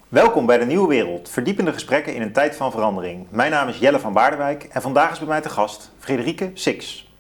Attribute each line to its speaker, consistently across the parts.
Speaker 1: Welkom bij de Nieuwe Wereld, verdiepende gesprekken in een tijd van verandering. Mijn naam is Jelle van Baardewijk en vandaag is bij mij te gast Frederike Six.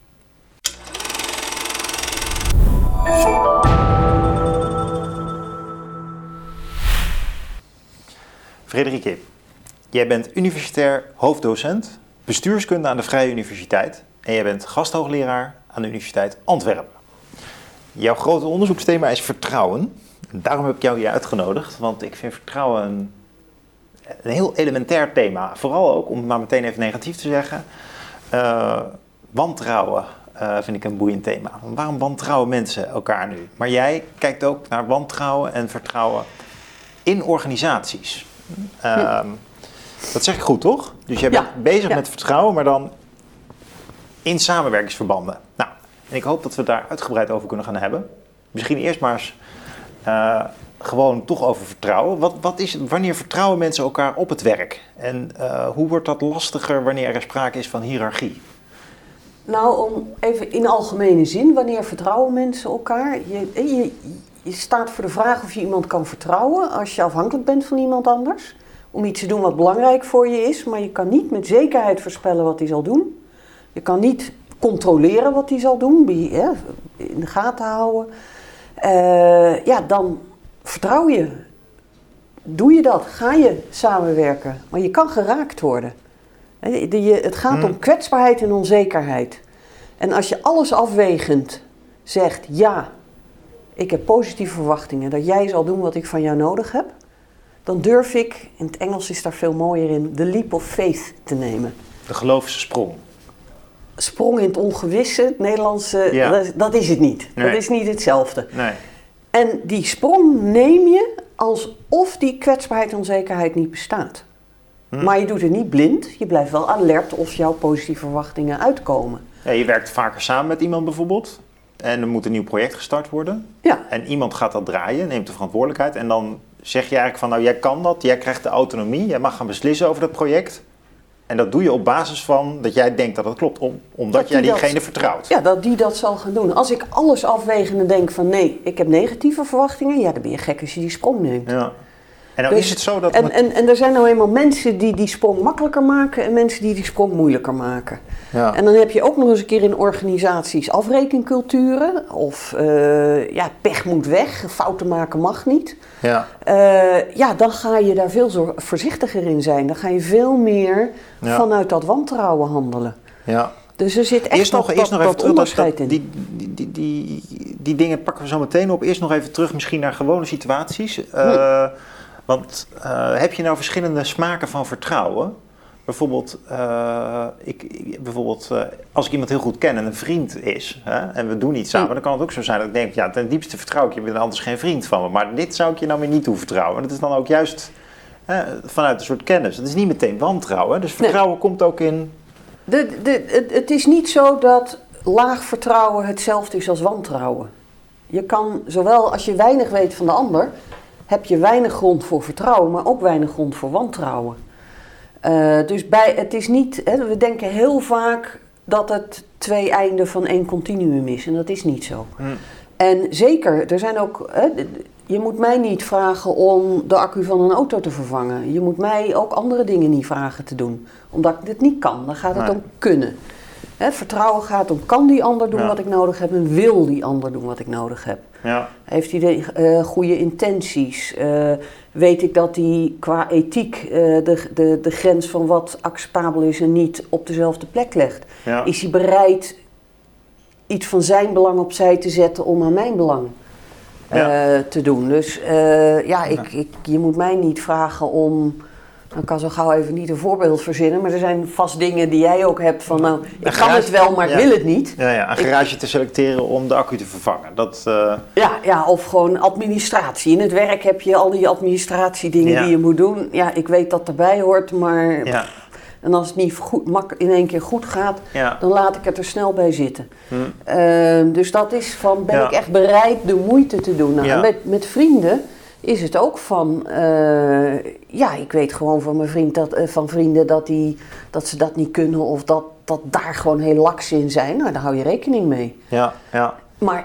Speaker 1: Frederike, jij bent universitair hoofddocent, bestuurskunde aan de Vrije Universiteit en jij bent gasthoogleraar aan de Universiteit Antwerpen. Jouw grote onderzoeksthema is vertrouwen. Daarom heb ik jou hier uitgenodigd, want ik vind vertrouwen een heel elementair thema. Vooral ook, om het maar meteen even negatief te zeggen, wantrouwen vind ik een boeiend thema. Waarom wantrouwen mensen elkaar nu? Maar jij kijkt ook naar wantrouwen en vertrouwen in organisaties. Dat zeg ik goed, toch? Dus jij bent bezig met vertrouwen, maar dan in samenwerkingsverbanden. Nou, en ik hoop dat we het daar uitgebreid over kunnen gaan hebben. Misschien eerst maar eens gewoon toch over vertrouwen. Wanneer vertrouwen mensen elkaar op het werk? En hoe wordt dat lastiger wanneer er sprake is van hiërarchie?
Speaker 2: Nou, om even in algemene zin, wanneer vertrouwen mensen elkaar? Je staat voor de vraag of je iemand kan vertrouwen als je afhankelijk bent van iemand anders. Om iets te doen wat belangrijk voor je is, maar je kan niet met zekerheid voorspellen wat hij zal doen. Je kan niet controleren wat hij zal doen, in de gaten houden. Dan vertrouw je. Doe je dat? Ga je samenwerken? Maar je kan geraakt worden. Het gaat om kwetsbaarheid en onzekerheid. En als je alles afwegend zegt, ja, ik heb positieve verwachtingen dat jij zal doen wat ik van jou nodig heb, dan durf ik, in het Engels is daar veel mooier in, de leap of faith te nemen.
Speaker 1: De geloofssprong.
Speaker 2: Sprong in het ongewisse, het Nederlandse, dat is het niet. Nee. Dat is niet hetzelfde.
Speaker 1: Nee.
Speaker 2: En die sprong neem je alsof die kwetsbaarheid en onzekerheid niet bestaat. Maar je doet het niet blind, je blijft wel alert of jouw positieve verwachtingen uitkomen.
Speaker 1: Ja, je werkt vaker samen met iemand bijvoorbeeld en er moet een nieuw project gestart worden.
Speaker 2: Ja.
Speaker 1: En iemand gaat dat draaien, neemt de verantwoordelijkheid en dan zeg je eigenlijk van nou jij kan dat, jij krijgt de autonomie, jij mag gaan beslissen over dat project. En dat doe je op basis van dat jij denkt dat het klopt, omdat jij diegene vertrouwt.
Speaker 2: Ja, dat die dat zal gaan doen. Als ik alles afwegende denk van nee, ik heb negatieve verwachtingen, ja, dan ben je gek als je die sprong neemt.
Speaker 1: Ja. En nou is het zo dat...
Speaker 2: En er zijn nou eenmaal mensen die die sprong makkelijker maken en mensen die die sprong moeilijker maken. Ja. En dan heb je ook nog eens een keer in organisaties afrekenculturen of pech moet weg, fouten maken mag niet.
Speaker 1: Ja.
Speaker 2: Dan ga je daar veel voorzichtiger in zijn. Dan ga je veel meer vanuit dat wantrouwen handelen.
Speaker 1: Ja.
Speaker 2: Dus er zit echt dat onderscheid in.
Speaker 1: Die dingen pakken we zo meteen op. Eerst nog even terug misschien naar gewone situaties. Want heb je nou verschillende smaken van vertrouwen? Bijvoorbeeld, als ik iemand heel goed ken en een vriend is, en we doen iets samen, dan kan het ook zo zijn dat ik denk, ja, ten diepste vertrouw ik je, ben anders geen vriend van me. Maar dit zou ik je nou weer niet toevertrouwen. En dat is dan ook juist vanuit een soort kennis. Het is niet meteen wantrouwen. Dus vertrouwen komt ook in...
Speaker 2: Het is niet zo dat laag vertrouwen hetzelfde is als wantrouwen. Je kan, zowel als je weinig weet van de ander, heb je weinig grond voor vertrouwen, maar ook weinig grond voor wantrouwen. Het is niet, we denken heel vaak dat het twee einden van één continuum is en dat is niet zo. En zeker, er zijn ook, je moet mij niet vragen om de accu van een auto te vervangen. Je moet mij ook andere dingen niet vragen te doen, omdat ik dit niet kan. Dan gaat het om kunnen. Vertrouwen gaat om, kan die ander doen wat ik nodig heb en wil die ander doen wat ik nodig heb.
Speaker 1: Ja.
Speaker 2: Heeft hij de goede intenties? Weet ik dat hij qua ethiek de grens van wat acceptabel is en niet op dezelfde plek legt? Ja. Is hij bereid iets van zijn belang opzij te zetten om aan mijn belang te doen? Dus je moet mij niet vragen om... Ik kan zo gauw even niet een voorbeeld verzinnen, maar er zijn vast dingen die jij ook hebt van, nou, ik kan het wel, maar ik wil het niet.
Speaker 1: Ja, een garage te selecteren om de accu te vervangen.
Speaker 2: Of gewoon administratie. In het werk heb je al die administratiedingen die je moet doen. Ja, ik weet dat erbij hoort, maar... Ja. En als het niet in één keer goed gaat, dan laat ik het er snel bij zitten. Dus dat is van, ben ik echt bereid de moeite te doen? Nou, met vrienden... is het ook van, ik weet gewoon van mijn van vrienden dat ze dat niet kunnen of dat daar gewoon heel laks in zijn. Nou, daar hou je rekening mee.
Speaker 1: Ja.
Speaker 2: Maar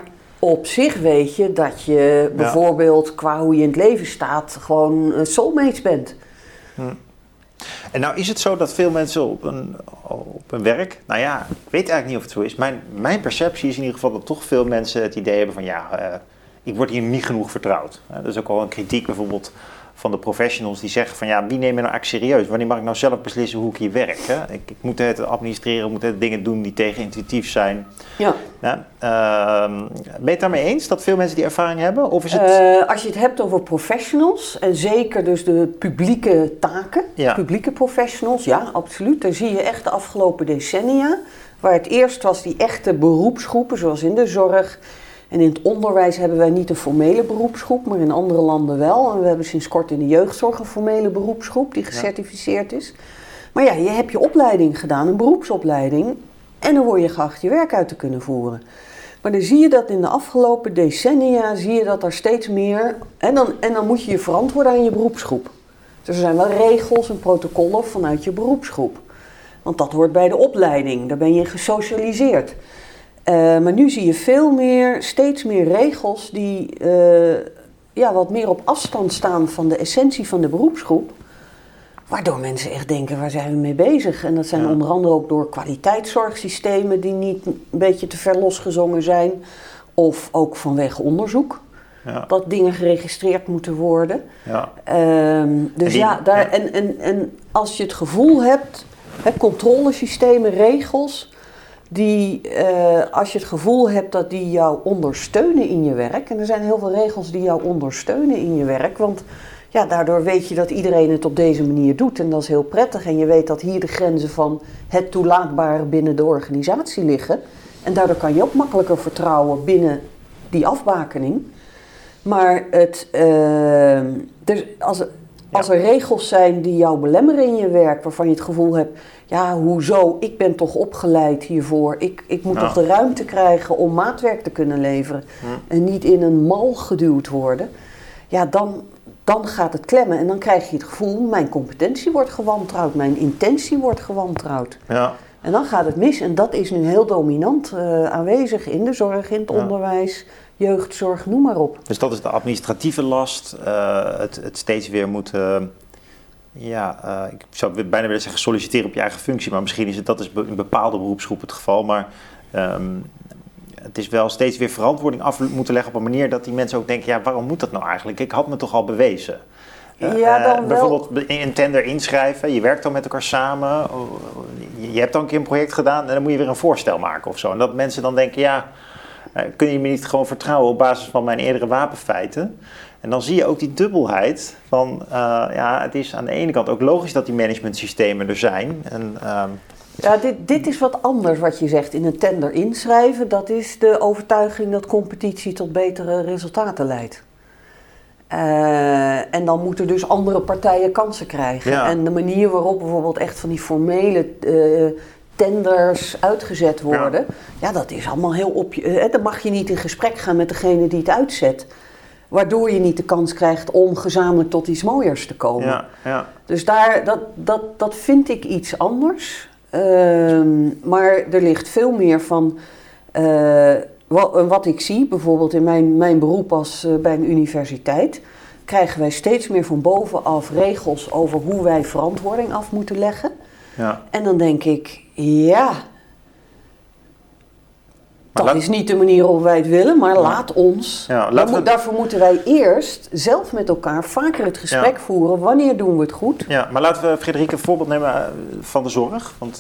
Speaker 2: op zich weet je dat je bijvoorbeeld qua hoe je in het leven staat gewoon soulmates bent.
Speaker 1: En nou is het zo dat veel mensen op een werk, nou ja, ik weet eigenlijk niet of het zo is. Mijn perceptie is in ieder geval dat toch veel mensen het idee hebben van ik word hier niet genoeg vertrouwd. Dat is ook al een kritiek bijvoorbeeld van de professionals die zeggen van wie neem je nou eigenlijk serieus? Wanneer mag ik nou zelf beslissen hoe ik hier werk? Hè? Ik moet het administreren, moet het dingen doen die tegenintuïtief zijn.
Speaker 2: Ja.
Speaker 1: Ben je het daarmee eens dat veel mensen die ervaring hebben? Of is het...
Speaker 2: Als je het hebt over professionals en zeker dus de publieke taken, publieke professionals, ja absoluut. Daar zie je echt de afgelopen decennia, waar het eerst was die echte beroepsgroepen zoals in de zorg. En in het onderwijs hebben wij niet een formele beroepsgroep, maar in andere landen wel. En we hebben sinds kort in de jeugdzorg een formele beroepsgroep die gecertificeerd is. Maar ja, je hebt je opleiding gedaan, een beroepsopleiding. En dan word je geacht je werk uit te kunnen voeren. Maar dan zie je dat in de afgelopen decennia, zie je dat er steeds meer... En dan moet je je verantwoorden aan je beroepsgroep. Dus er zijn wel regels en protocollen vanuit je beroepsgroep. Want dat hoort bij de opleiding, daar ben je gesocialiseerd. Maar nu zie je steeds meer regels die wat meer op afstand staan van de essentie van de beroepsgroep. Waardoor mensen echt denken, waar zijn we mee bezig? En dat zijn onder andere ook door kwaliteitszorgsystemen die niet een beetje te ver losgezongen zijn. Of ook vanwege onderzoek. Ja. Dat dingen geregistreerd moeten worden. Ja. En als je het gevoel hebt, controlesystemen, regels... als je het gevoel hebt dat die jou ondersteunen in je werk... en er zijn heel veel regels die jou ondersteunen in je werk... want daardoor weet je dat iedereen het op deze manier doet en dat is heel prettig... en je weet dat hier de grenzen van het toelaatbare binnen de organisatie liggen... en daardoor kan je ook makkelijker vertrouwen binnen die afbakening. Maar als er regels zijn die jou belemmeren in je werk... waarvan je het gevoel hebt... hoezo? Ik ben toch opgeleid hiervoor. Ik moet toch de ruimte krijgen om maatwerk te kunnen leveren. En niet in een mal geduwd worden. Ja, dan gaat het klemmen. En dan krijg je het gevoel, mijn competentie wordt gewantrouwd. Mijn intentie wordt gewantrouwd. Ja. En dan gaat het mis. En dat is nu heel dominant aanwezig in de zorg, in het onderwijs... jeugdzorg, noem maar op.
Speaker 1: Dus dat is de administratieve last. Het steeds weer moeten... ik zou bijna willen zeggen solliciteren op je eigen functie. Maar misschien is dat in bepaalde beroepsgroepen het geval. Maar het is wel steeds weer verantwoording af moeten leggen op een manier... dat die mensen ook denken, waarom moet dat nou eigenlijk? Ik had me toch al bewezen. Bijvoorbeeld in een tender inschrijven. Je werkt dan met elkaar samen. Je hebt dan een keer een project gedaan... en dan moet je weer een voorstel maken of zo. En dat mensen dan denken, kun je me niet gewoon vertrouwen op basis van mijn eerdere wapenfeiten? En dan zie je ook die dubbelheid van, het is aan de ene kant ook logisch dat die managementsystemen er zijn. En,
Speaker 2: dit is wat anders wat je zegt. In een tender inschrijven, dat is de overtuiging dat competitie tot betere resultaten leidt. En dan moeten dus andere partijen kansen krijgen. Ja. En de manier waarop bijvoorbeeld echt van die formele... tenders uitgezet worden. Ja, dat is allemaal heel dan mag je niet in gesprek gaan met degene die het uitzet. Waardoor je niet de kans krijgt om gezamenlijk tot iets mooiers te komen. Ja. Dus dat vind ik iets anders. Maar er ligt veel meer van... wat ik zie, bijvoorbeeld in mijn beroep bij een universiteit... krijgen wij steeds meer van bovenaf regels over hoe wij verantwoording af moeten leggen. Ja. En dan denk ik, dat is niet de manier waarop wij het willen, maar laat ons. Daarvoor moeten wij eerst zelf met elkaar vaker het gesprek voeren. Wanneer doen we het goed?
Speaker 1: Ja, maar laten we, Frederike, een voorbeeld nemen van de zorg. Want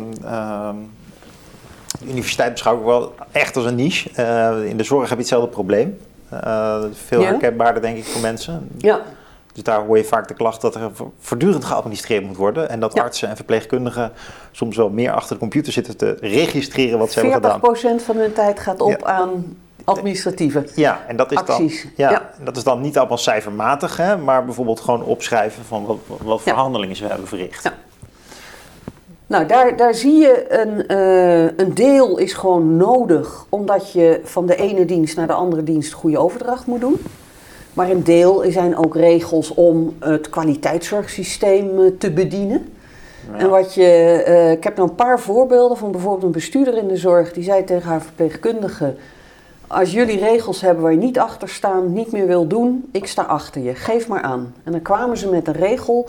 Speaker 1: de universiteit beschouw ik wel echt als een niche. In de zorg heb je hetzelfde probleem. Veel herkenbaarder, denk ik, voor mensen. Ja. Dus daar hoor je vaak de klacht dat er voortdurend geadministreerd moet worden. En dat artsen en verpleegkundigen soms wel meer achter de computer zitten te registreren wat ze hebben gedaan.
Speaker 2: 40% van hun tijd gaat op aan administratieve
Speaker 1: en dat is acties. Dat is dan niet allemaal cijfermatig, hè, maar bijvoorbeeld gewoon opschrijven van wat voor handelingen ze hebben verricht. Ja.
Speaker 2: Nou, daar zie je een deel is gewoon nodig, omdat je van de ene dienst naar de andere dienst goede overdracht moet doen. Maar een deel zijn ook regels om het kwaliteitszorgsysteem te bedienen. Ja. En ik heb nou een paar voorbeelden van bijvoorbeeld een bestuurder in de zorg die zei tegen haar verpleegkundige: als jullie regels hebben waar je niet achter staat, niet meer wil doen, ik sta achter je, geef maar aan. En dan kwamen ze met een regel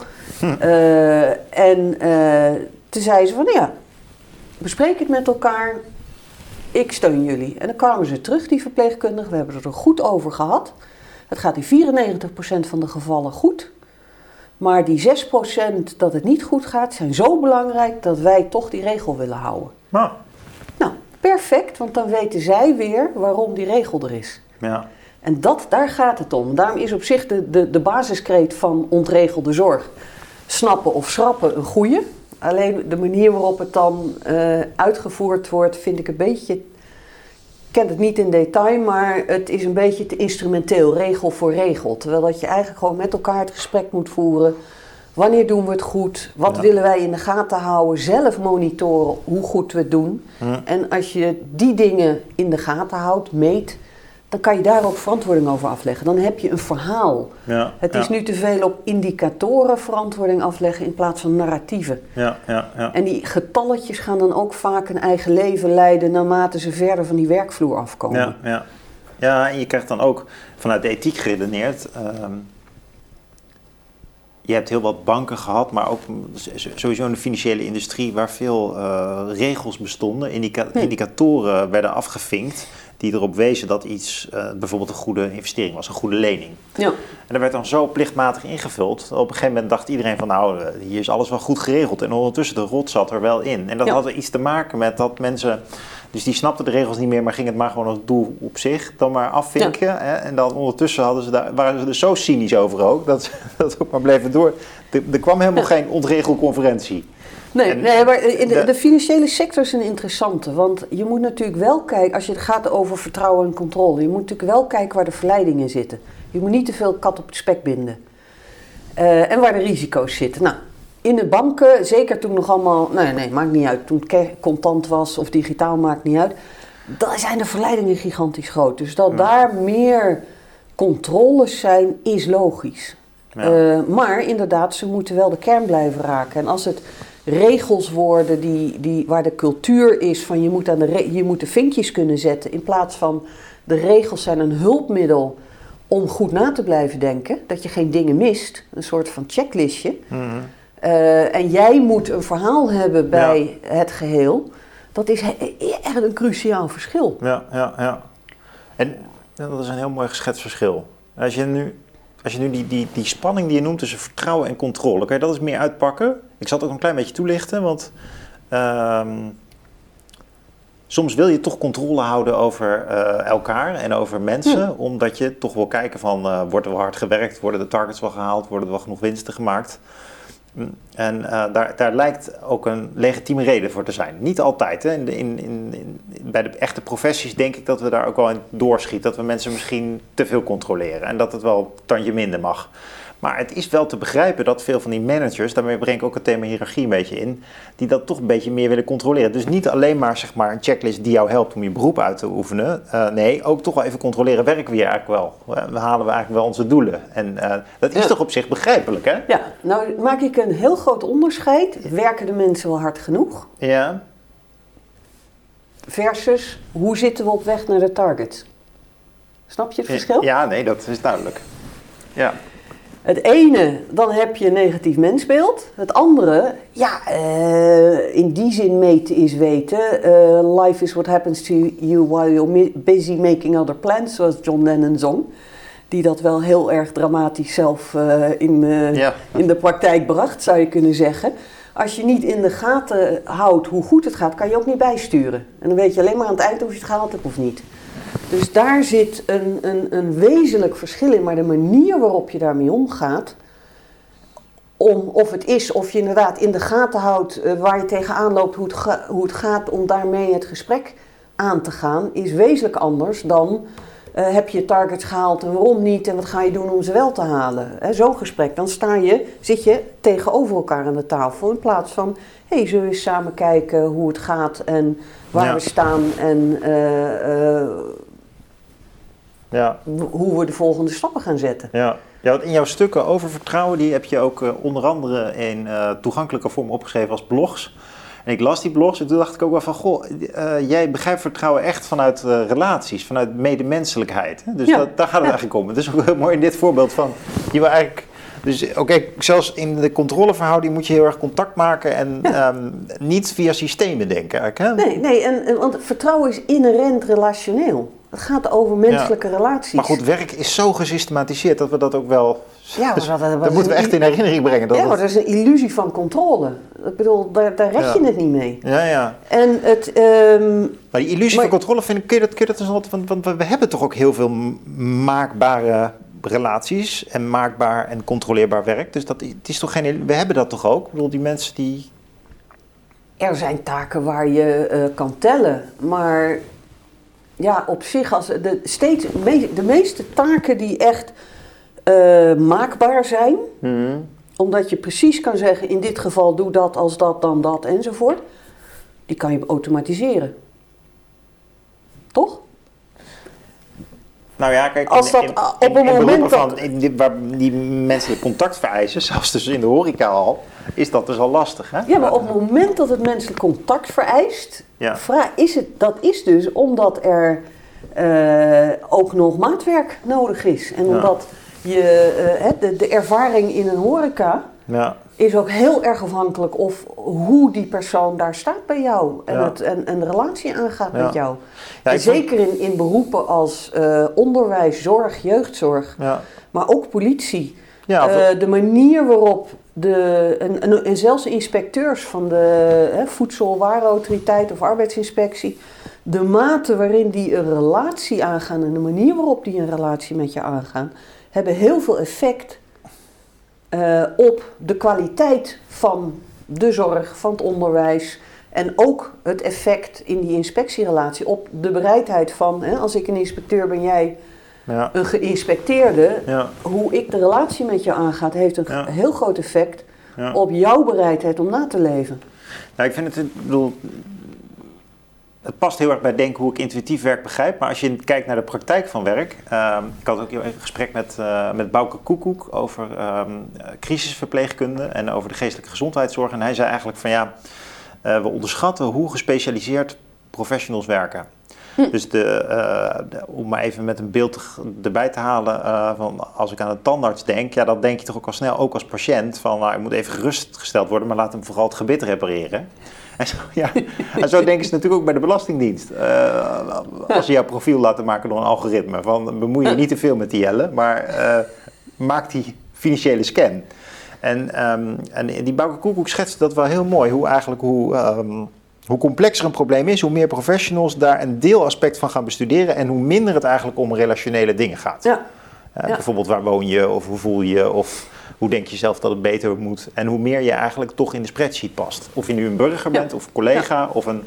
Speaker 2: toen zeiden ze van, ja, bespreek het met elkaar, ik steun jullie. En dan kwamen ze terug, die verpleegkundigen, we hebben het er goed over gehad. Het gaat in 94% van de gevallen goed. Maar die 6% dat het niet goed gaat, zijn zo belangrijk dat wij toch die regel willen houden.
Speaker 1: Nou,
Speaker 2: perfect, want dan weten zij weer waarom die regel er is.
Speaker 1: ja.
Speaker 2: En daar gaat het om. Daarom is op zich de basiskreet van ontregelde zorg, snappen of schrappen, een goeie. Alleen de manier waarop het dan uitgevoerd wordt, vind ik een beetje... Ik ken het niet in detail, maar het is een beetje te instrumenteel, regel voor regel. Terwijl dat je eigenlijk gewoon met elkaar het gesprek moet voeren. Wanneer doen we het goed? Wat willen wij in de gaten houden? Zelf monitoren hoe goed we het doen. En als je die dingen in de gaten houdt, meet, dan kan je daar ook verantwoording over afleggen. Dan heb je een verhaal.
Speaker 1: Ja,
Speaker 2: het is nu te veel op indicatoren verantwoording afleggen in plaats van narratieven.
Speaker 1: Ja.
Speaker 2: En die getalletjes gaan dan ook vaak een eigen leven leiden naarmate ze verder van die werkvloer afkomen.
Speaker 1: Ja, en je krijgt dan ook vanuit de ethiek geredeneerd. Je hebt heel wat banken gehad, maar ook sowieso in de financiële industrie waar veel regels bestonden. Indicatoren werden afgevinkt die erop wezen dat iets bijvoorbeeld een goede investering was, een goede lening. Ja. En dat werd dan zo plichtmatig ingevuld. Op een gegeven moment dacht iedereen van nou, hier is alles wel goed geregeld. En ondertussen de rot zat er wel in. En dat had er iets te maken met dat mensen... Dus die snapten de regels niet meer, maar gingen het maar gewoon als doel op zich dan maar afvinken. Ja. Hè? En dan ondertussen waren ze er zo cynisch over ook, dat ze dat ook maar bleven door. Er kwam helemaal geen ontregelconferentie.
Speaker 2: Nee, maar de financiële sector is een interessante. Want je moet natuurlijk wel kijken, als je het gaat over vertrouwen en controle, je moet natuurlijk wel kijken waar de verleidingen zitten. Je moet niet te veel kat op het spek binden. En waar de risico's zitten. Nou, in de banken, zeker toen nog allemaal, nee, maakt niet uit. Toen het contant was of digitaal, maakt niet uit. Dan zijn de verleidingen gigantisch groot. Dus dat daar meer controles zijn, is logisch. Ja. Maar inderdaad, ze moeten wel de kern blijven raken. En als het regels worden waar de cultuur is van je moet de vinkjes kunnen zetten, in plaats van de regels zijn een hulpmiddel om goed na te blijven denken. Dat je geen dingen mist, een soort van checklistje. Mm-hmm. En jij moet een verhaal hebben bij het geheel. Dat is echt een cruciaal verschil.
Speaker 1: Ja. En dat is een heel mooi geschetst verschil. Als je nu die spanning die je noemt tussen vertrouwen en controle, kan je dat eens meer uitpakken? Ik zal het ook een klein beetje toelichten, want soms wil je toch controle houden over elkaar en over mensen, omdat je toch wil kijken van, wordt er wel hard gewerkt, worden de targets wel gehaald, worden er wel genoeg winsten gemaakt? En daar lijkt ook een legitieme reden voor te zijn. Niet altijd. Hè. Bij de echte professies denk ik dat we daar ook wel in doorschieten. Dat we mensen misschien te veel controleren. En dat het wel een tandje minder mag. Maar het is wel te begrijpen dat veel van die managers, daarmee breng ik ook het thema hiërarchie een beetje in, die dat toch een beetje meer willen controleren. Dus niet alleen maar, zeg maar, een checklist die jou helpt om je beroep uit te oefenen. Nee, ook toch wel even controleren, werken we hier eigenlijk wel? Halen we eigenlijk wel onze doelen? En dat is toch op zich begrijpelijk, hè?
Speaker 2: Ja, nou maak ik een heel groot onderscheid. Werken de mensen wel hard genoeg?
Speaker 1: Ja.
Speaker 2: Versus, hoe zitten we op weg naar de target? Snap je het verschil?
Speaker 1: Ja, nee, dat is duidelijk. Ja.
Speaker 2: Het ene, dan heb je een negatief mensbeeld. Het andere, in die zin meten is weten. Life is what happens to you while you're busy making other plans, zoals John Lennon zong. Die dat wel heel erg dramatisch zelf in de praktijk bracht, zou je kunnen zeggen. Als je niet in de gaten houdt hoe goed het gaat, kan je ook niet bijsturen. En dan weet je alleen maar aan het eind of je het gehaald hebt of niet. Dus daar zit een wezenlijk verschil in, maar de manier waarop je daarmee omgaat, of je inderdaad in de gaten houdt waar je tegenaan loopt, hoe het gaat om daarmee het gesprek aan te gaan, is wezenlijk anders dan heb je targets gehaald en waarom niet en wat ga je doen om ze wel te halen. Zo'n gesprek, dan zit je tegenover elkaar aan de tafel in plaats van, zullen we eens samen kijken hoe het gaat en waar we staan en hoe we de volgende stappen gaan zetten.
Speaker 1: Ja, in jouw stukken over vertrouwen, die heb je ook onder andere in toegankelijke vorm opgeschreven als blogs. En ik las die blogs en toen dacht ik ook wel van, goh, jij begrijpt vertrouwen echt vanuit relaties, vanuit medemenselijkheid. Hè? Dus daar gaat het eigenlijk om. Het is ook heel mooi in dit voorbeeld van, je wil eigenlijk... Dus oké, zelfs in de controleverhouding moet je heel erg contact maken en niet via systemen denken eigenlijk. Hè?
Speaker 2: Nee, want vertrouwen is inherent relationeel. Het gaat over menselijke relaties.
Speaker 1: Maar goed, werk is zo gesystematiseerd dat we dat ook wel...
Speaker 2: Ja,
Speaker 1: dat moeten we echt in herinnering brengen.
Speaker 2: Maar dat is een illusie van controle. Ik bedoel, daar red je het niet mee.
Speaker 1: Ja.
Speaker 2: En
Speaker 1: maar die illusie van controle, kun je dat dus altijd... Want we hebben toch ook heel veel maakbare relaties en maakbaar en controleerbaar werk. Dus het is toch geen... We hebben dat toch ook? Ik bedoel, die mensen die...
Speaker 2: Er zijn taken waar je kan tellen, maar ja, op zich als de meeste taken die echt maakbaar zijn, omdat je precies kan zeggen, in dit geval doe dat, als dat, dan dat enzovoort, die kan je automatiseren. Toch?
Speaker 1: Nou ja, kijk, waar die menselijk contact vereisen, zelfs dus in de horeca al, is dat dus al lastig, hè?
Speaker 2: Ja, maar op het moment dat het menselijk contact vereist, dat is dus omdat er ook nog maatwerk nodig is. En omdat de ervaring in een horeca is ook heel erg afhankelijk of hoe die persoon daar staat bij jou en de relatie aangaat met jou. Ja, en zeker in beroepen als onderwijs, zorg, jeugdzorg, maar ook politie. Ja, de manier waarop en zelfs de inspecteurs van de Voedselwarenautoriteit of Arbeidsinspectie, de mate waarin die een relatie aangaan en de manier waarop die een relatie met je aangaan, hebben heel veel effect op de kwaliteit van de zorg, van het onderwijs en ook het effect in die inspectierelatie op de bereidheid van, als ik een inspecteur ben, jij een geïnspecteerde, hoe ik de relatie met je aangaat, heeft een heel groot effect op jouw bereidheid om na te leven.
Speaker 1: Nou, ik vind het past heel erg bij denken hoe ik intuïtief werk begrijp. Maar als je kijkt naar de praktijk van werk. Ik had ook een gesprek met Bouke Koekoek over crisisverpleegkunde en over de geestelijke gezondheidszorg. En hij zei eigenlijk van we onderschatten hoe gespecialiseerd professionals werken. Dus om maar even met een beeld erbij te halen, van als ik aan een tandarts denk, dan denk je toch ook al snel, ook als patiënt, van ik moet even gerustgesteld worden, maar laat hem vooral het gebit repareren. En zo denken ze natuurlijk ook bij de Belastingdienst. Als ze jouw profiel laten maken door een algoritme, van bemoei je niet te veel met die Jelle, maar maak die financiële scan. En die Bouke Koekoek schetst dat wel heel mooi, hoe complexer een probleem is, hoe meer professionals daar een deelaspect van gaan bestuderen en hoe minder het eigenlijk om relationele dingen gaat. Bijvoorbeeld waar woon je, of hoe voel je, of hoe denk je zelf dat het beter moet. En hoe meer je eigenlijk toch in de spreadsheet past. Of je nu een burger bent, of een collega, of een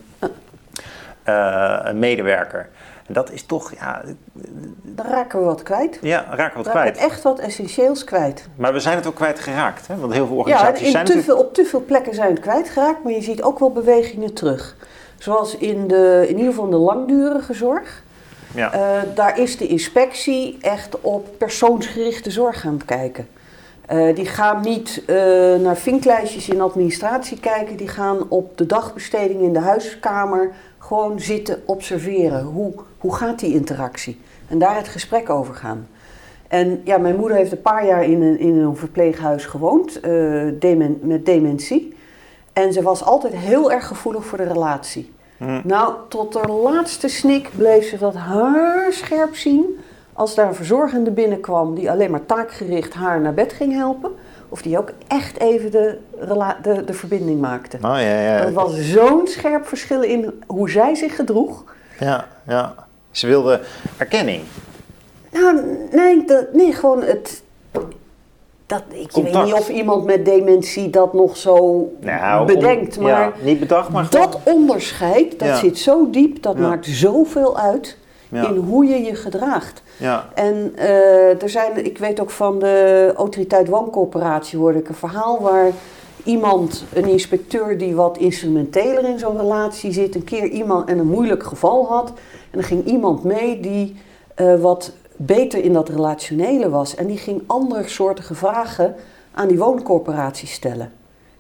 Speaker 1: medewerker. En dat is toch,
Speaker 2: Dan raken we wat kwijt.
Speaker 1: Ja, raken we wat kwijt.
Speaker 2: Echt wat essentieels kwijt.
Speaker 1: Maar we zijn het ook kwijtgeraakt, hè? Want heel veel organisaties zijn
Speaker 2: op te veel plekken zijn het kwijtgeraakt, maar je ziet ook wel bewegingen terug. Zoals in ieder geval de langdurige zorg. Daar is de inspectie echt op persoonsgerichte zorg gaan kijken. Die gaan niet naar vinklijstjes in administratie kijken. Die gaan op de dagbesteding in de huiskamer gewoon zitten observeren. Hoe gaat die interactie? En daar het gesprek over gaan. En mijn moeder heeft een paar jaar in een verpleeghuis gewoond met dementie. En ze was altijd heel erg gevoelig voor de relatie. Nou, tot de laatste snik bleef ze dat haarscherp zien als daar een verzorgende binnenkwam die alleen maar taakgericht haar naar bed ging helpen. Of die ook echt even de verbinding maakte. Er was zo'n scherp verschil in hoe zij zich gedroeg.
Speaker 1: Ja. Ze wilde erkenning.
Speaker 2: Nou, nee, gewoon het... Ik weet niet of iemand met dementie dat nog zo bedenkt. Maar
Speaker 1: niet bedacht, maar
Speaker 2: dat onderscheid, dat zit zo diep, dat maakt zoveel uit in hoe je je gedraagt. Ja. En ik weet ook van de autoriteit wooncoöperatie hoorde ik een verhaal waar een inspecteur die wat instrumenteler in zo'n relatie zit, een keer iemand en een moeilijk geval had. En er ging iemand mee die wat beter in dat relationele was. En die ging andersoortige vragen aan die wooncoöperatie stellen.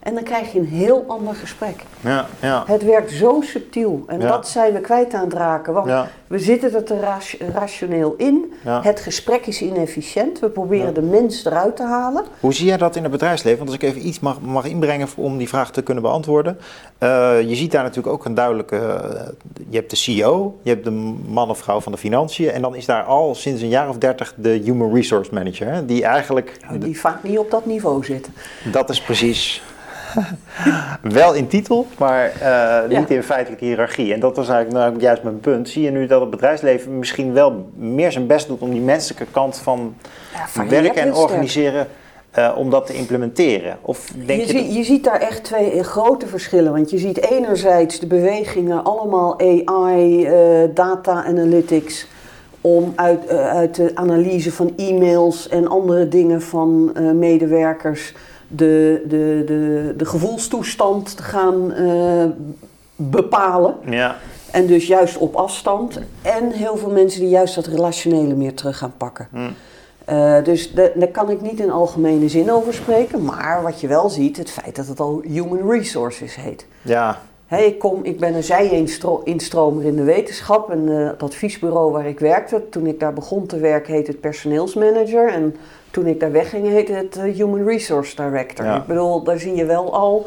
Speaker 2: En dan krijg je een heel ander gesprek.
Speaker 1: Ja, ja.
Speaker 2: Het werkt zo subtiel. En
Speaker 1: Ja.
Speaker 2: dat zijn we kwijt aan het raken. Want we zitten er te rationeel in.
Speaker 1: Ja.
Speaker 2: Het gesprek is inefficiënt. We proberen de mens eruit te halen.
Speaker 1: Hoe zie jij dat in het bedrijfsleven? Want als ik even iets mag inbrengen om die vraag te kunnen beantwoorden. Je ziet daar natuurlijk ook een duidelijke... je hebt de CEO, je hebt de man of vrouw van de financiën. En dan is daar al sinds een jaar of 30 de Human Resource Manager. Hè, die eigenlijk...
Speaker 2: Die vaak niet op dat niveau zitten.
Speaker 1: Dat is precies... wel in titel, maar niet in feitelijke hiërarchie. En dat was eigenlijk juist mijn punt. Zie je nu dat het bedrijfsleven misschien wel meer zijn best doet om die menselijke kant van werken en organiseren, om dat te implementeren? Of denk
Speaker 2: je ziet daar echt twee grote verschillen. Want je ziet enerzijds de bewegingen allemaal AI, data analytics, om uit de analyse van e-mails en andere dingen van medewerkers de gevoelstoestand te gaan bepalen.
Speaker 1: Ja.
Speaker 2: En dus juist op afstand. En heel veel mensen die juist dat relationele meer terug gaan pakken. Dus daar kan ik niet in algemene zin over spreken. Maar wat je wel ziet, het feit dat het al Human Resources heet.
Speaker 1: Ja.
Speaker 2: Ik ben een zij-instromer in de wetenschap. En het adviesbureau waar ik werkte, toen ik daar begon te werken, heette het personeelsmanager. En toen ik daar wegging, heette het Human Resource Director.
Speaker 1: Ja.
Speaker 2: Ik bedoel, daar zie je wel al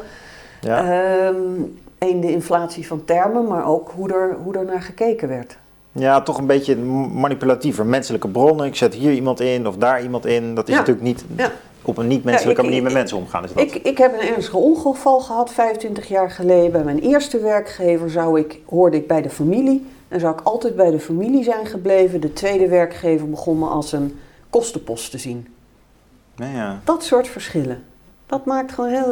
Speaker 2: de inflatie van termen, maar ook hoe er naar gekeken werd.
Speaker 1: Ja, toch een beetje manipulatiever. Menselijke bronnen, ik zet hier iemand in of daar iemand in. Dat is natuurlijk niet op een niet-menselijke manier met mensen omgaan. Is dat?
Speaker 2: Ik heb een ernstig ongeval gehad 25 jaar geleden. Bij mijn eerste werkgever hoorde ik bij de familie. En zou ik altijd bij de familie zijn gebleven. De tweede werkgever begon me als een kostenpost te zien.
Speaker 1: Ja.
Speaker 2: Dat soort verschillen. Dat maakt gewoon heel...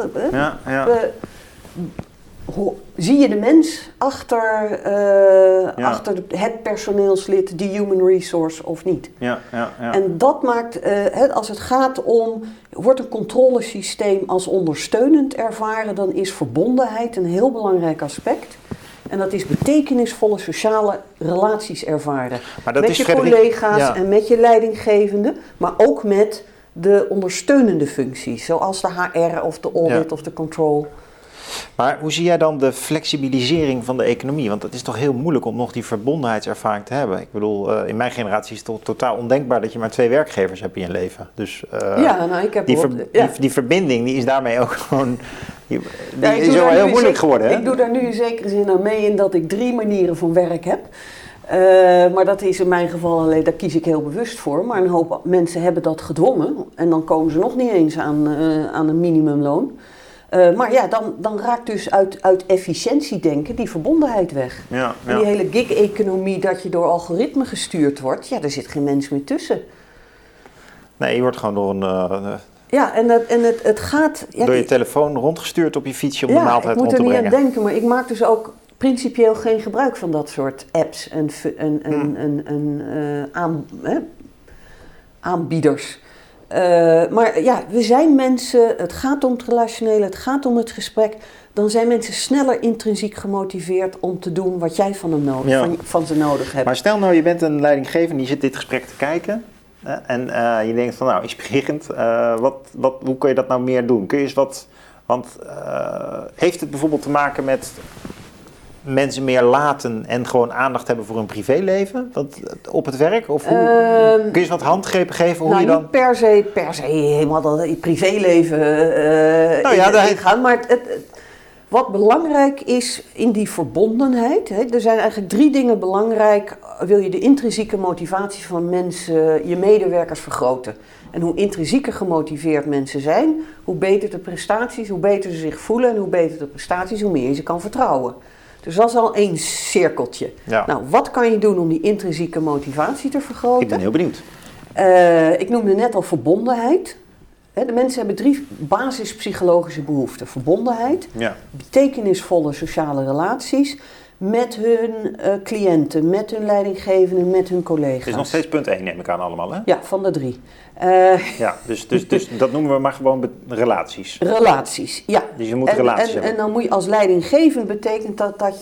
Speaker 2: zie je de mens achter het personeelslid, die human resource of niet?
Speaker 1: Ja.
Speaker 2: En dat maakt, als het gaat om, wordt een controlesysteem als ondersteunend ervaren, dan is verbondenheid een heel belangrijk aspect. En dat is betekenisvolle sociale relaties ervaren. Met je collega's en met je leidinggevende, maar ook met de ondersteunende functies, zoals de HR of de audit of de control.
Speaker 1: Maar hoe zie jij dan de flexibilisering van de economie? Want het is toch heel moeilijk om nog die verbondenheidservaring te hebben. Ik bedoel, in mijn generatie is het toch totaal ondenkbaar dat je maar 2 werkgevers hebt in je leven. Dus die verbinding die is daarmee ook gewoon... Die is wel heel moeilijk geworden. Hè?
Speaker 2: Ik doe daar nu in zekere zin aan mee in dat ik 3 manieren van werk heb. Maar dat is in mijn geval alleen, daar kies ik heel bewust voor. Maar een hoop mensen hebben dat gedwongen. En dan komen ze nog niet eens aan een minimumloon. Maar dan raakt dus uit efficiëntiedenken die verbondenheid weg.
Speaker 1: Ja.
Speaker 2: En die hele gig-economie, dat je door algoritme gestuurd wordt, daar zit geen mens meer tussen.
Speaker 1: Nee, je wordt gewoon door een...
Speaker 2: het gaat...
Speaker 1: door je telefoon rondgestuurd op je fietsje om de maaltijd rond te brengen.
Speaker 2: Ik moet er niet aan denken, maar ik maak dus ook principieel geen gebruik van dat soort apps en aanbieders. Maar we zijn mensen, het gaat om het relationele, het gaat om het gesprek. Dan zijn mensen sneller intrinsiek gemotiveerd om te doen wat jij van ze nodig hebt.
Speaker 1: Maar stel nou, je bent een leidinggevende, die zit dit gesprek te kijken. En je denkt van, nou, inspirerend, hoe kun je dat nou meer doen? Kun je eens wat... Want heeft het bijvoorbeeld te maken met mensen meer laten en gewoon aandacht hebben voor hun privéleven op het werk? Of kun je eens wat handgrepen geven hoe je dan...
Speaker 2: Niet per se helemaal dat privéleven ingaan, maar wat belangrijk is in die verbondenheid, er zijn eigenlijk 3 dingen belangrijk. Wil je de intrinsieke motivatie van mensen, je medewerkers vergroten? En hoe intrinsieker gemotiveerd mensen zijn, hoe beter de prestaties, hoe beter ze zich voelen en hoe beter de prestaties, hoe meer je ze kan vertrouwen. Dus dat is al 1 cirkeltje. Ja. Nou, wat kan je doen om die intrinsieke motivatie te vergroten?
Speaker 1: Ik ben heel benieuwd.
Speaker 2: Ik noemde net al verbondenheid. De mensen hebben 3 basispsychologische behoeften. Verbondenheid, betekenisvolle sociale relaties met hun cliënten, met hun leidinggevenden, met hun collega's.
Speaker 1: Het is nog steeds punt 1, neem ik aan allemaal, hè?
Speaker 2: Ja, van de 3.
Speaker 1: Dus dat noemen we maar gewoon relaties.
Speaker 2: Relaties, ja.
Speaker 1: Dus je moet relaties hebben.
Speaker 2: En dan moet je als leidinggevend, betekent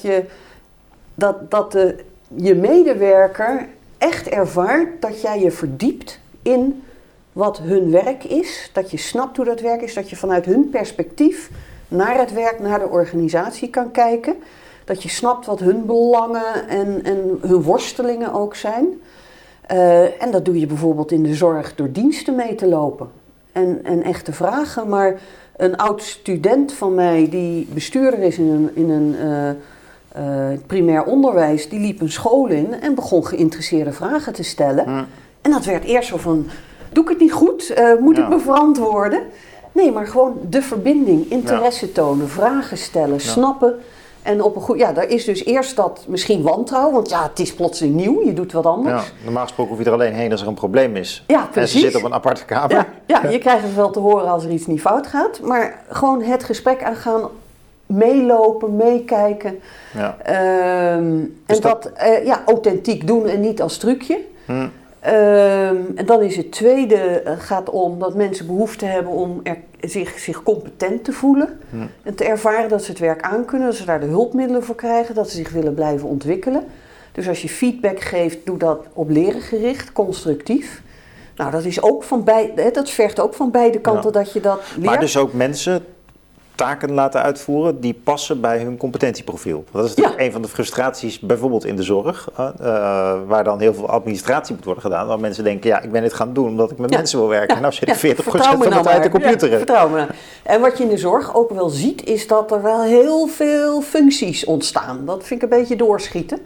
Speaker 2: dat je medewerker echt ervaart dat jij je verdiept in wat hun werk is. Dat je snapt hoe dat werk is, dat je vanuit hun perspectief naar het werk, naar de organisatie kan kijken. Dat je snapt wat hun belangen en hun worstelingen ook zijn. En dat doe je bijvoorbeeld in de zorg door diensten mee te lopen. En echt te vragen. Maar een oud student van mij die bestuurder is in een primair onderwijs, die liep een school in en begon geïnteresseerde vragen te stellen. En dat werd eerst zo van, doe ik het niet goed? Moet ik me verantwoorden? Nee, maar gewoon de verbinding, interesse tonen, vragen stellen, snappen. En op een goed, daar is dus eerst dat misschien wantrouwen, want het is plotseling nieuw, je doet wat anders.
Speaker 1: Ja, normaal gesproken hoef je er alleen heen als er een probleem is.
Speaker 2: Ja, precies.
Speaker 1: En ze zitten op een aparte kamer.
Speaker 2: Ja, je krijgt het wel te horen als er iets niet fout gaat, maar gewoon het gesprek aangaan, meelopen, meekijken. Ja. En dat authentiek doen en niet als trucje. En dan is het tweede, gaat om dat mensen behoefte hebben om zich competent te voelen. En te ervaren dat ze het werk aankunnen, dat ze daar de hulpmiddelen voor krijgen, dat ze zich willen blijven ontwikkelen. Dus als je feedback geeft, doe dat op leren gericht, constructief. Nou, dat is ook dat vergt ook van beide kanten dat je dat leert.
Speaker 1: Maar dus ook mensen taken laten uitvoeren die passen bij hun competentieprofiel. Dat is natuurlijk een van de frustraties, bijvoorbeeld in de zorg, waar dan heel veel administratie moet worden gedaan. Waar mensen denken, ik ben dit gaan doen omdat ik met mensen wil werken. En nou zit ik 40% van de tijd de computer in.
Speaker 2: Vertrouw me nou. En wat je in de zorg ook wel ziet, is dat er wel heel veel functies ontstaan. Dat vind ik een beetje doorschieten.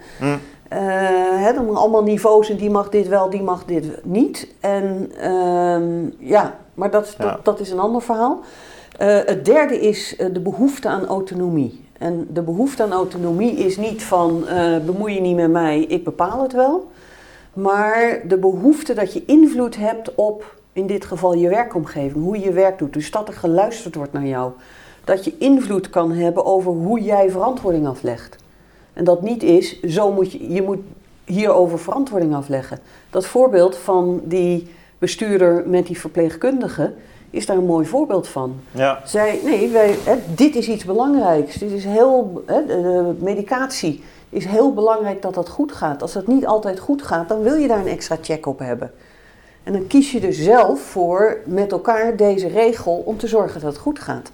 Speaker 2: Dan allemaal niveaus en die mag dit wel, die mag dit niet. En maar dat is een ander verhaal. Het derde is de behoefte aan autonomie. En de behoefte aan autonomie is niet van bemoei je niet met mij, ik bepaal het wel. Maar de behoefte dat je invloed hebt op, in dit geval je werkomgeving, hoe je je werk doet. Dus dat er geluisterd wordt naar jou. Dat je invloed kan hebben over hoe jij verantwoording aflegt. En dat niet is, je moet hierover verantwoording afleggen. Dat voorbeeld van die bestuurder met die verpleegkundige is daar een mooi voorbeeld van. Ja. Dit is iets belangrijks. Dit is medicatie is heel belangrijk dat dat goed gaat. Als dat niet altijd goed gaat, dan wil je daar een extra check op hebben. En dan kies je dus zelf voor met elkaar deze regel om te zorgen dat het goed gaat.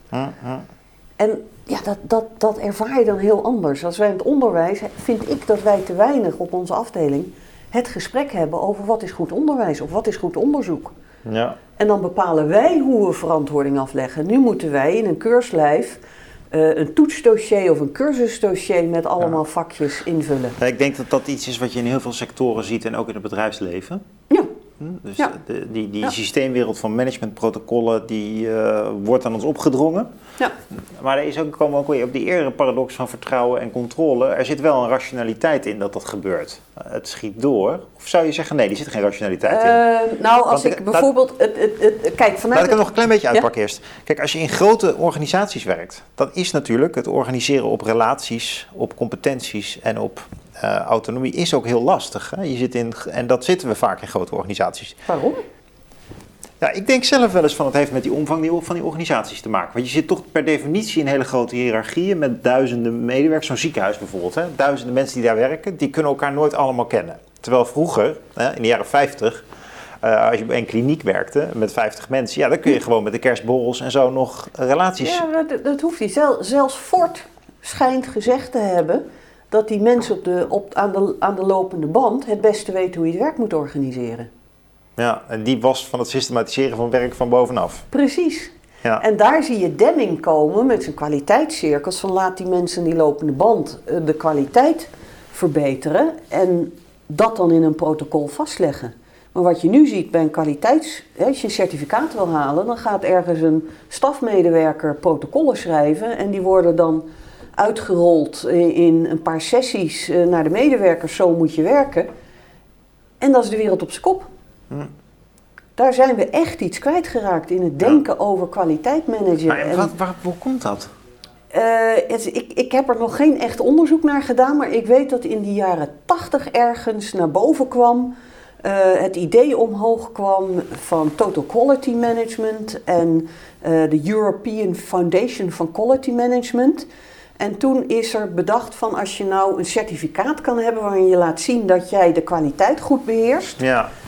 Speaker 2: En dat ervaar je dan heel anders. Als wij in het onderwijs, vind ik dat wij te weinig op onze afdeling het gesprek hebben over wat is goed onderwijs of wat is goed onderzoek. Ja. En dan bepalen wij hoe we verantwoording afleggen. Nu moeten wij in een keurslijf een toetsdossier of een cursusdossier met allemaal vakjes invullen.
Speaker 1: Ja, ik denk dat dat iets is wat je in heel veel sectoren ziet en ook in het bedrijfsleven.
Speaker 2: Ja.
Speaker 1: Dus die systeemwereld van managementprotocollen, die wordt aan ons opgedrongen. Ja. Maar komen we ook weer op die eerdere paradox van vertrouwen en controle. Er zit wel een rationaliteit in dat gebeurt. Het schiet door. Of zou je zeggen, nee, er zit geen rationaliteit in?
Speaker 2: Als ik bijvoorbeeld... Kijk,
Speaker 1: laat ik het nog een klein beetje uitpakken eerst. Kijk, als je in grote organisaties werkt, dan is natuurlijk het organiseren op relaties, op competenties en op autonomie is ook heel lastig. Hè? En dat zitten we vaak in grote organisaties.
Speaker 2: Waarom?
Speaker 1: Ja, ik denk zelf wel eens van het heeft met die omvang van die organisaties te maken. Want je zit toch per definitie in hele grote hiërarchieën met duizenden medewerkers. Zo'n ziekenhuis bijvoorbeeld. Duizenden mensen die daar werken, die kunnen elkaar nooit allemaal kennen. Terwijl vroeger, in de jaren 50, als je bij een kliniek werkte met 50 mensen, dan kun je gewoon met de kerstborrels en zo nog relaties...
Speaker 2: Ja, dat hoeft niet. Zelfs Ford schijnt gezegd te hebben dat die mensen aan de lopende band het beste weten hoe je het werk moet organiseren.
Speaker 1: Ja, en die was van het systematiseren van werk van bovenaf.
Speaker 2: Precies. Ja. En daar zie je Deming komen met zijn kwaliteitscirkels van laat die mensen die lopende band de kwaliteit verbeteren en dat dan in een protocol vastleggen. Maar wat je nu ziet bij een als je een certificaat wil halen, dan gaat ergens een stafmedewerker protocollen schrijven en die worden dan uitgerold in een paar sessies naar de medewerkers, zo moet je werken. En dat is de wereld op zijn kop. Daar zijn we echt iets kwijtgeraakt in het denken over kwaliteit managen.
Speaker 1: Maar hoe komt dat?
Speaker 2: Ik heb er nog geen echt onderzoek naar gedaan, maar ik weet dat in de jaren 80 ergens naar boven kwam, het idee omhoog kwam van Total Quality Management en de European Foundation for Quality Management. En toen is er bedacht van als je nou een certificaat kan hebben waarin je laat zien dat jij de kwaliteit goed beheerst,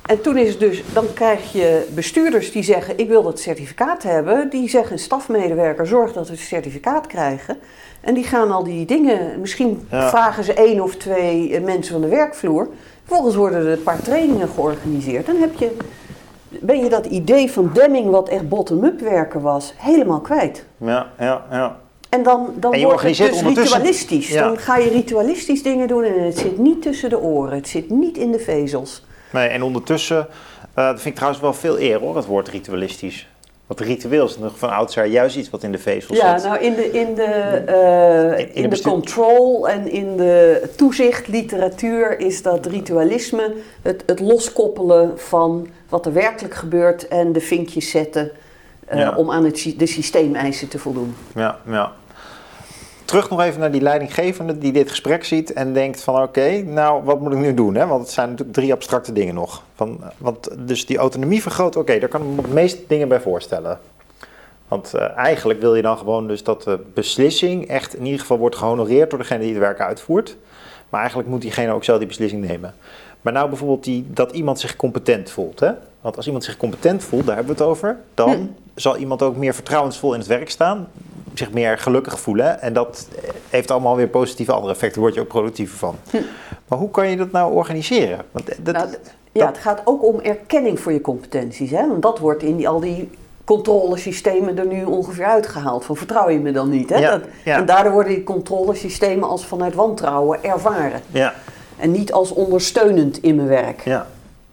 Speaker 2: En toen is het dus, dan krijg je bestuurders die zeggen, ik wil dat certificaat hebben. Die zeggen, stafmedewerker, zorg dat we het certificaat krijgen. En die gaan al die dingen, misschien vragen ze 1 of 2 mensen van de werkvloer. Vervolgens worden er een paar trainingen georganiseerd. Dan ben je dat idee van Deming, wat echt bottom-up werken was, helemaal kwijt.
Speaker 1: Ja.
Speaker 2: En dan wordt het dus ritualistisch.
Speaker 1: Ja.
Speaker 2: Dan ga je ritualistisch dingen doen en het zit niet tussen de oren. Het zit niet in de vezels.
Speaker 1: Nee, en ondertussen, dat vind ik trouwens wel veel eer hoor, het woord ritualistisch. Want ritueel is nog van oudsher juist iets wat in de vezels zit.
Speaker 2: Ja, nou in de control en in de toezichtliteratuur is dat ritualisme het loskoppelen van wat er werkelijk gebeurt en de vinkjes zetten om aan de systeemeisen te voldoen.
Speaker 1: Ja. Terug nog even naar die leidinggevende die dit gesprek ziet en denkt van oké, nou wat moet ik nu doen? Hè? Want het zijn natuurlijk 3 abstracte dingen nog. Want dus die autonomie vergroten, daar kan ik me de meeste dingen bij voorstellen. Want eigenlijk wil je dan gewoon dus dat de beslissing echt in ieder geval wordt gehonoreerd door degene die het werk uitvoert. Maar eigenlijk moet diegene ook zelf die beslissing nemen. Maar nou bijvoorbeeld dat iemand zich competent voelt. Hè? Want als iemand zich competent voelt, daar hebben we het over, dan zal iemand ook meer vertrouwensvol in het werk staan. Zich meer gelukkig voelen. En dat heeft allemaal weer positieve andere effecten. Daar word je ook productiever van. Maar hoe kan je dat nou organiseren? Want
Speaker 2: het gaat ook om erkenning voor je competenties. Hè? Want dat wordt in al die controlesystemen er nu ongeveer uitgehaald. Van vertrouw je me dan niet? Hè? En daardoor worden die controlesystemen als vanuit wantrouwen ervaren. Ja. En niet als ondersteunend in mijn werk. Ja.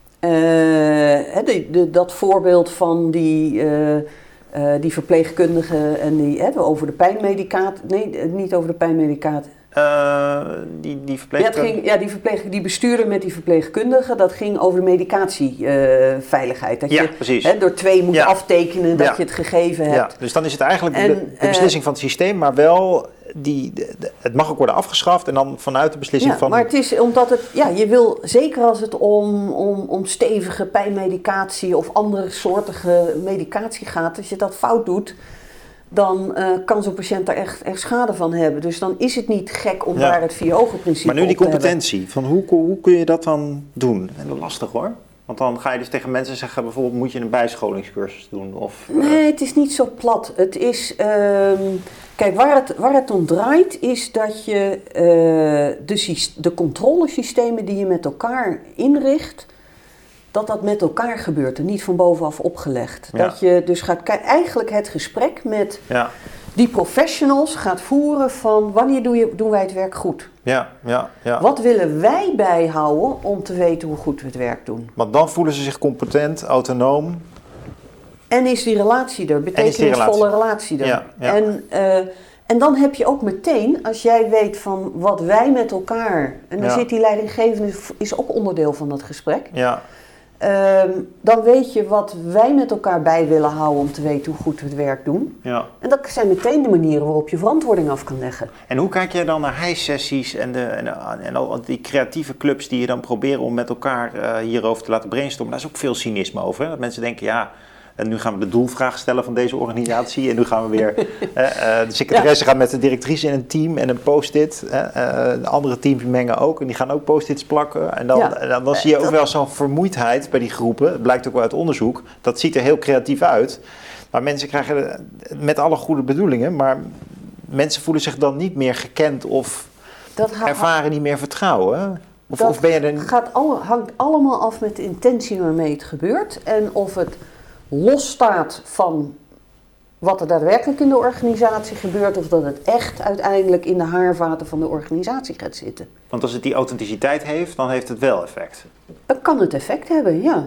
Speaker 2: Dat voorbeeld van die verpleegkundige en over de pijnmedicaat. Nee, niet over de pijnmedicaat.
Speaker 1: Die verpleegkundige.
Speaker 2: Die bestuurder met die verpleegkundige, dat ging over de medicatieveiligheid. Dat je door 2 moet aftekenen dat je het gegeven hebt.
Speaker 1: Ja, dus dan is het eigenlijk de beslissing van het systeem, maar wel het mag ook worden afgeschaft en dan vanuit de beslissing van...
Speaker 2: Maar het is omdat je wil, zeker als het om stevige pijnmedicatie of andere soortige medicatie gaat, als je dat fout doet, dan kan zo'n patiënt daar echt schade van hebben. Dus dan is het niet gek om daar het 4-ogen-principe op te hebben.
Speaker 1: Maar nu die competentie, van hoe kun je dat dan doen? En dat is lastig hoor. Want dan ga je dus tegen mensen zeggen, bijvoorbeeld moet je een bijscholingscursus doen?
Speaker 2: Nee, het is niet zo plat. Het is, kijk, waar het om draait is dat je de controlesystemen die je met elkaar inricht, dat met elkaar gebeurt en niet van bovenaf opgelegd. Ja. Dat je dus eigenlijk het gesprek met die professionals gaat voeren van wanneer doen wij het werk goed? Ja. Wat willen wij bijhouden om te weten hoe goed we het werk doen?
Speaker 1: Want dan voelen ze zich competent, autonoom.
Speaker 2: En is die relatie er, betekenisvolle relatie er. Ja. En dan heb je ook meteen, als jij weet van wat wij met elkaar, en dan zit die leidinggevende, is ook onderdeel van dat gesprek. Ja. Dan weet je wat wij met elkaar bij willen houden om te weten hoe goed we het werk doen. Ja. En dat zijn meteen de manieren waarop je verantwoording af kan leggen.
Speaker 1: En hoe kijk jij dan naar hijsessies en al die creatieve clubs die je dan proberen om met elkaar hierover te laten brainstormen? Daar is ook veel cynisme over. Hè? Dat mensen denken, en nu gaan we de doelvraag stellen van deze organisatie. En nu gaan we weer... de secretaresse gaat met de directrice in een team en een post-it. De andere teams mengen ook. En die gaan ook post-its plakken. En dan zie je ook wel zo'n vermoeidheid bij die groepen. Het blijkt ook wel uit onderzoek. Dat ziet er heel creatief uit. Maar mensen krijgen met alle goede bedoelingen. Maar mensen voelen zich dan niet meer gekend of ervaren niet meer vertrouwen. Of ben je
Speaker 2: hangt allemaal af met de intentie waarmee het gebeurt. En of het losstaat van wat er daadwerkelijk in de organisatie gebeurt, of dat het echt uiteindelijk in de haarvaten van de organisatie gaat zitten.
Speaker 1: Want als het die authenticiteit heeft, dan heeft het wel effect.
Speaker 2: Dan kan het effect hebben, ja.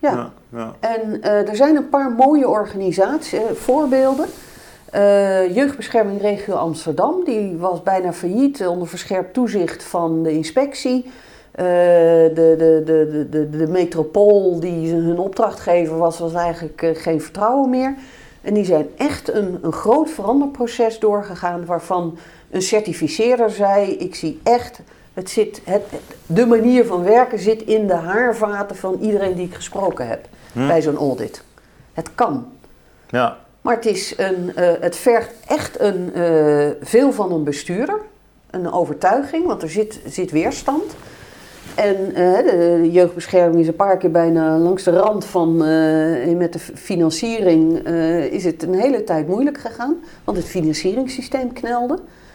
Speaker 2: En er zijn een paar mooie voorbeelden. Jeugdbescherming Regio Amsterdam, die was bijna failliet onder verscherpt toezicht van de inspectie. De metropool die hun opdrachtgever was eigenlijk geen vertrouwen meer. En die zijn echt een groot veranderproces doorgegaan waarvan een certificeerder zei, ik zie echt, de manier van werken zit in de haarvaten van iedereen die ik gesproken heb bij zo'n audit. Het kan. Ja. Maar het vergt echt veel van een bestuurder, een overtuiging, want er zit weerstand. En de jeugdbescherming is een paar keer bijna langs de rand van, met de financiering is het een hele tijd moeilijk gegaan. Want het financieringssysteem knelde.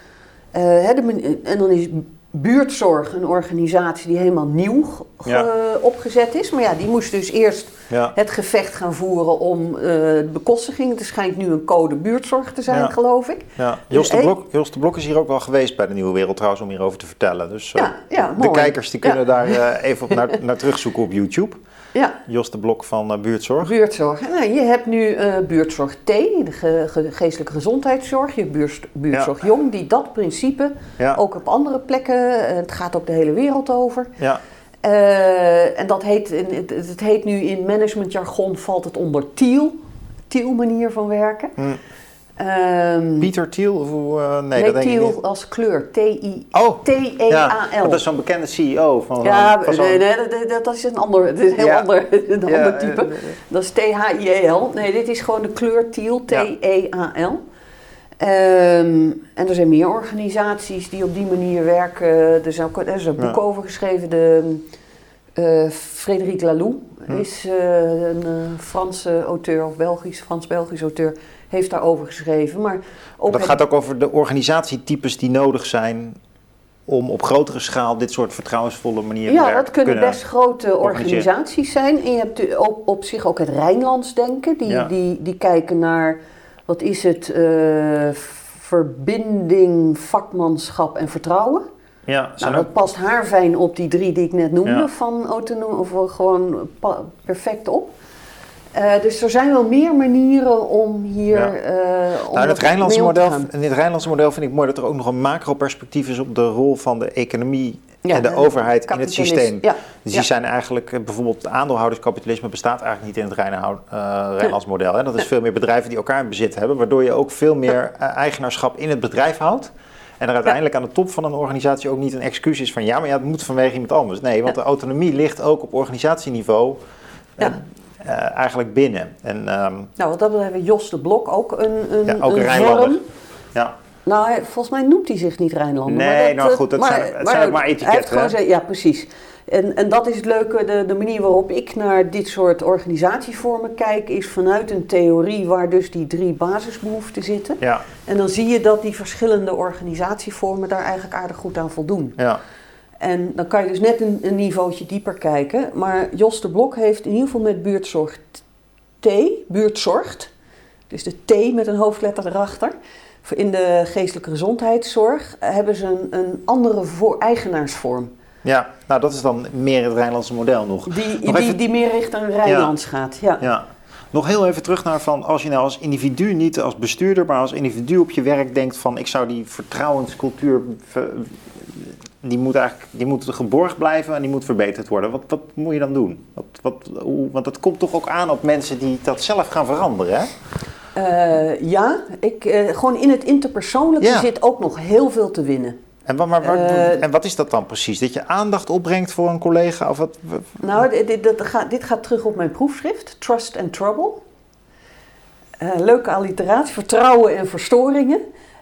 Speaker 2: En dan is buurtzorg een organisatie die helemaal nieuw opgezet is. Maar ja, die moest dus eerst het gevecht gaan voeren om de bekostiging. Het schijnt nu een code buurtzorg te zijn, geloof ik.
Speaker 1: Ja. Jos de Blok is hier ook wel geweest bij de Nieuwe Wereld trouwens om hierover te vertellen. Dus de kijkers die kunnen daar even op naar terugzoeken op YouTube. Ja. Jos de Blok van Buurtzorg.
Speaker 2: Buurtzorg. Nou, je hebt nu Buurtzorg T, de geestelijke gezondheidszorg. Je hebt Buurtzorg Jong, die dat principe ook op andere plekken, het gaat ook de hele wereld over. Ja. En het heet nu in managementjargon, valt het onder Thiel manier van werken.
Speaker 1: Pieter Thiel? Of
Speaker 2: nee, dat denk Thiel ik niet. Als kleur. T-E-A-L.
Speaker 1: Ja, dat is zo'n bekende CEO van.
Speaker 2: Dat is een ander, het is een heel ander type. Dat is T-H-I-E-L. Nee, dit is gewoon de kleur Thiel. T-E-A-L. En er zijn meer organisaties die op die manier werken. Er is een boek over geschreven. Frédéric Laloux is een Franse auteur, of Frans-Belgisch auteur, heeft daarover geschreven. Maar ook
Speaker 1: dat gaat ook over de organisatietypes die nodig zijn om op grotere schaal dit soort vertrouwensvolle manieren te werken.
Speaker 2: Ja, dat kunnen best grote organisaties zijn. En je hebt op zich ook het Rijnlands denken. Die kijken naar, wat is het, verbinding, vakmanschap en vertrouwen. Ja, dat past haarfijn op die 3 die ik net noemde, van autonoom, of gewoon perfect op. Dus er zijn wel meer manieren om hier
Speaker 1: in het Rijnlandse model vind ik mooi dat er ook nog een macro-perspectief is op de rol van de economie en de overheid in het systeem. Ja. Dus die zijn eigenlijk, bijvoorbeeld aandeelhouderskapitalisme bestaat eigenlijk niet in het Rijnlands model. Hè? Dat is veel meer bedrijven die elkaar in bezit hebben, waardoor je ook veel meer eigenaarschap in het bedrijf houdt. En er uiteindelijk aan de top van een organisatie ook niet een excuus is van het moet vanwege iemand anders. Nee, want de autonomie ligt ook op organisatieniveau eigenlijk binnen. En,
Speaker 2: wat dat betreft heeft Jos de Blok ook een vorm. Ja. Nou, volgens mij noemt hij zich niet Rijnlander.
Speaker 1: Nee, het zijn ook maar etiketten.
Speaker 2: Ja, precies. En dat is het leuke, de manier waarop ik naar dit soort organisatievormen kijk, is vanuit een theorie waar dus die 3 basisbehoeften zitten. Ja. En dan zie je dat die verschillende organisatievormen daar eigenlijk aardig goed aan voldoen. Ja. En dan kan je dus net een niveautje dieper kijken. Maar Jos de Blok heeft in ieder geval met buurtzorg buurtzorgt, dus de T met een hoofdletter erachter. In de geestelijke gezondheidszorg hebben ze een andere eigenaarsvorm.
Speaker 1: Ja, nou dat is dan meer het Rijnlandse model nog.
Speaker 2: Die meer richting Rijnlands gaat. Ja.
Speaker 1: Nog heel even terug naar van als je nou als individu, niet als bestuurder, maar als individu op je werk denkt van ik zou die vertrouwenscultuur, die moet geborgd blijven en die moet verbeterd worden. Wat moet je dan doen? Want dat komt toch ook aan op mensen die dat zelf gaan veranderen, hè?
Speaker 2: Gewoon in het interpersoonlijke zit ook nog heel veel te winnen.
Speaker 1: En wat is dat dan precies? Dat je aandacht opbrengt voor een collega? Of wat?
Speaker 2: Nou, dit gaat terug op mijn proefschrift, Trust and Trouble. Leuke alliteratie, vertrouwen en verstoringen.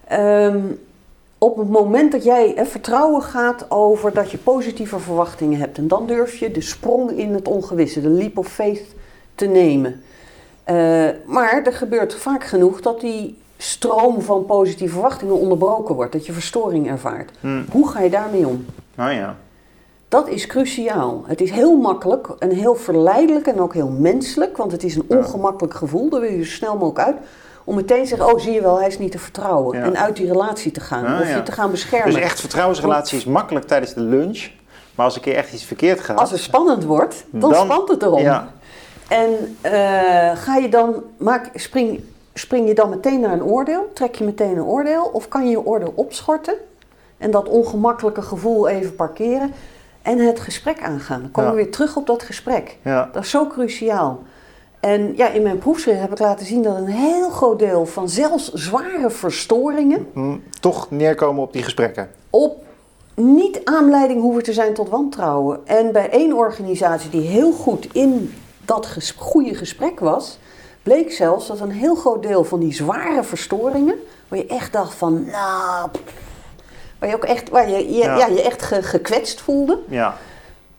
Speaker 2: Op het moment dat jij vertrouwen gaat over dat je positieve verwachtingen hebt. En dan durf je de sprong in het ongewisse, de leap of faith, te nemen. Maar er gebeurt vaak genoeg dat die stroom van positieve verwachtingen onderbroken wordt. Dat je verstoring ervaart. Hoe ga je daarmee om? Dat is cruciaal. Het is heel makkelijk en heel verleidelijk en ook heel menselijk. Want het is een ongemakkelijk gevoel. Daar wil je zo snel mogelijk uit. Om meteen te zeggen, zie je wel, hij is niet te vertrouwen. En uit die relatie te gaan. Of je te gaan beschermen.
Speaker 1: Dus echt vertrouwensrelatie is makkelijk tijdens de lunch. Maar als een keer echt iets verkeerd gaat.
Speaker 2: Als het spannend wordt, dan spant het erom. Ja. En ga je dan, spring je dan meteen naar een oordeel? Trek je meteen een oordeel? Of kan je je oordeel opschorten? En dat ongemakkelijke gevoel even parkeren. En het gesprek aangaan. Dan komen we weer terug op dat gesprek. Ja. Dat is zo cruciaal. En in mijn proefschrift heb ik laten zien dat een heel groot deel van zelfs zware verstoringen
Speaker 1: toch neerkomen op die gesprekken.
Speaker 2: Op niet aanleiding hoeven te zijn tot wantrouwen. En bij één organisatie die heel goed in dat goede gesprek was, bleek zelfs dat een heel groot deel van die zware verstoringen, waar je echt dacht van, waar je ook echt, je echt gekwetst voelde. Ja.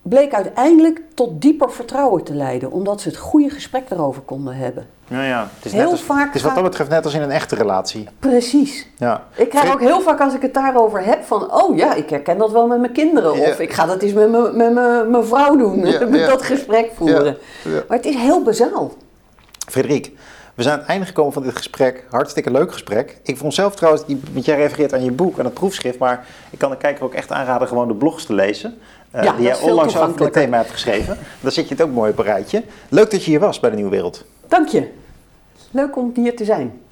Speaker 2: bleek uiteindelijk tot dieper vertrouwen te leiden. Omdat ze het goede gesprek erover konden hebben.
Speaker 1: Ja. Het is,
Speaker 2: Vaak
Speaker 1: het is wat dat betreft net als in een echte relatie.
Speaker 2: Precies.
Speaker 1: Ja.
Speaker 2: Ik krijg ook heel vaak als ik het daarover heb van... oh ja, ik herken dat wel met mijn kinderen.
Speaker 1: Ja.
Speaker 2: Of ik ga dat eens met mijn vrouw doen. Dat gesprek voeren.
Speaker 1: Ja.
Speaker 2: Maar het is heel bazaal.
Speaker 1: Frederik, we zijn aan het einde gekomen van dit gesprek. Hartstikke leuk gesprek. Ik vond zelf trouwens, want jij refereert aan je boek, aan het proefschrift. Maar ik kan de kijker ook echt aanraden gewoon de blogs te lezen. Die jij onlangs over dit thema hebt geschreven. Daar zit je het ook mooi op een rijtje. Leuk dat je hier was bij de Nieuwe Wereld.
Speaker 2: Dank je. Leuk om hier te zijn.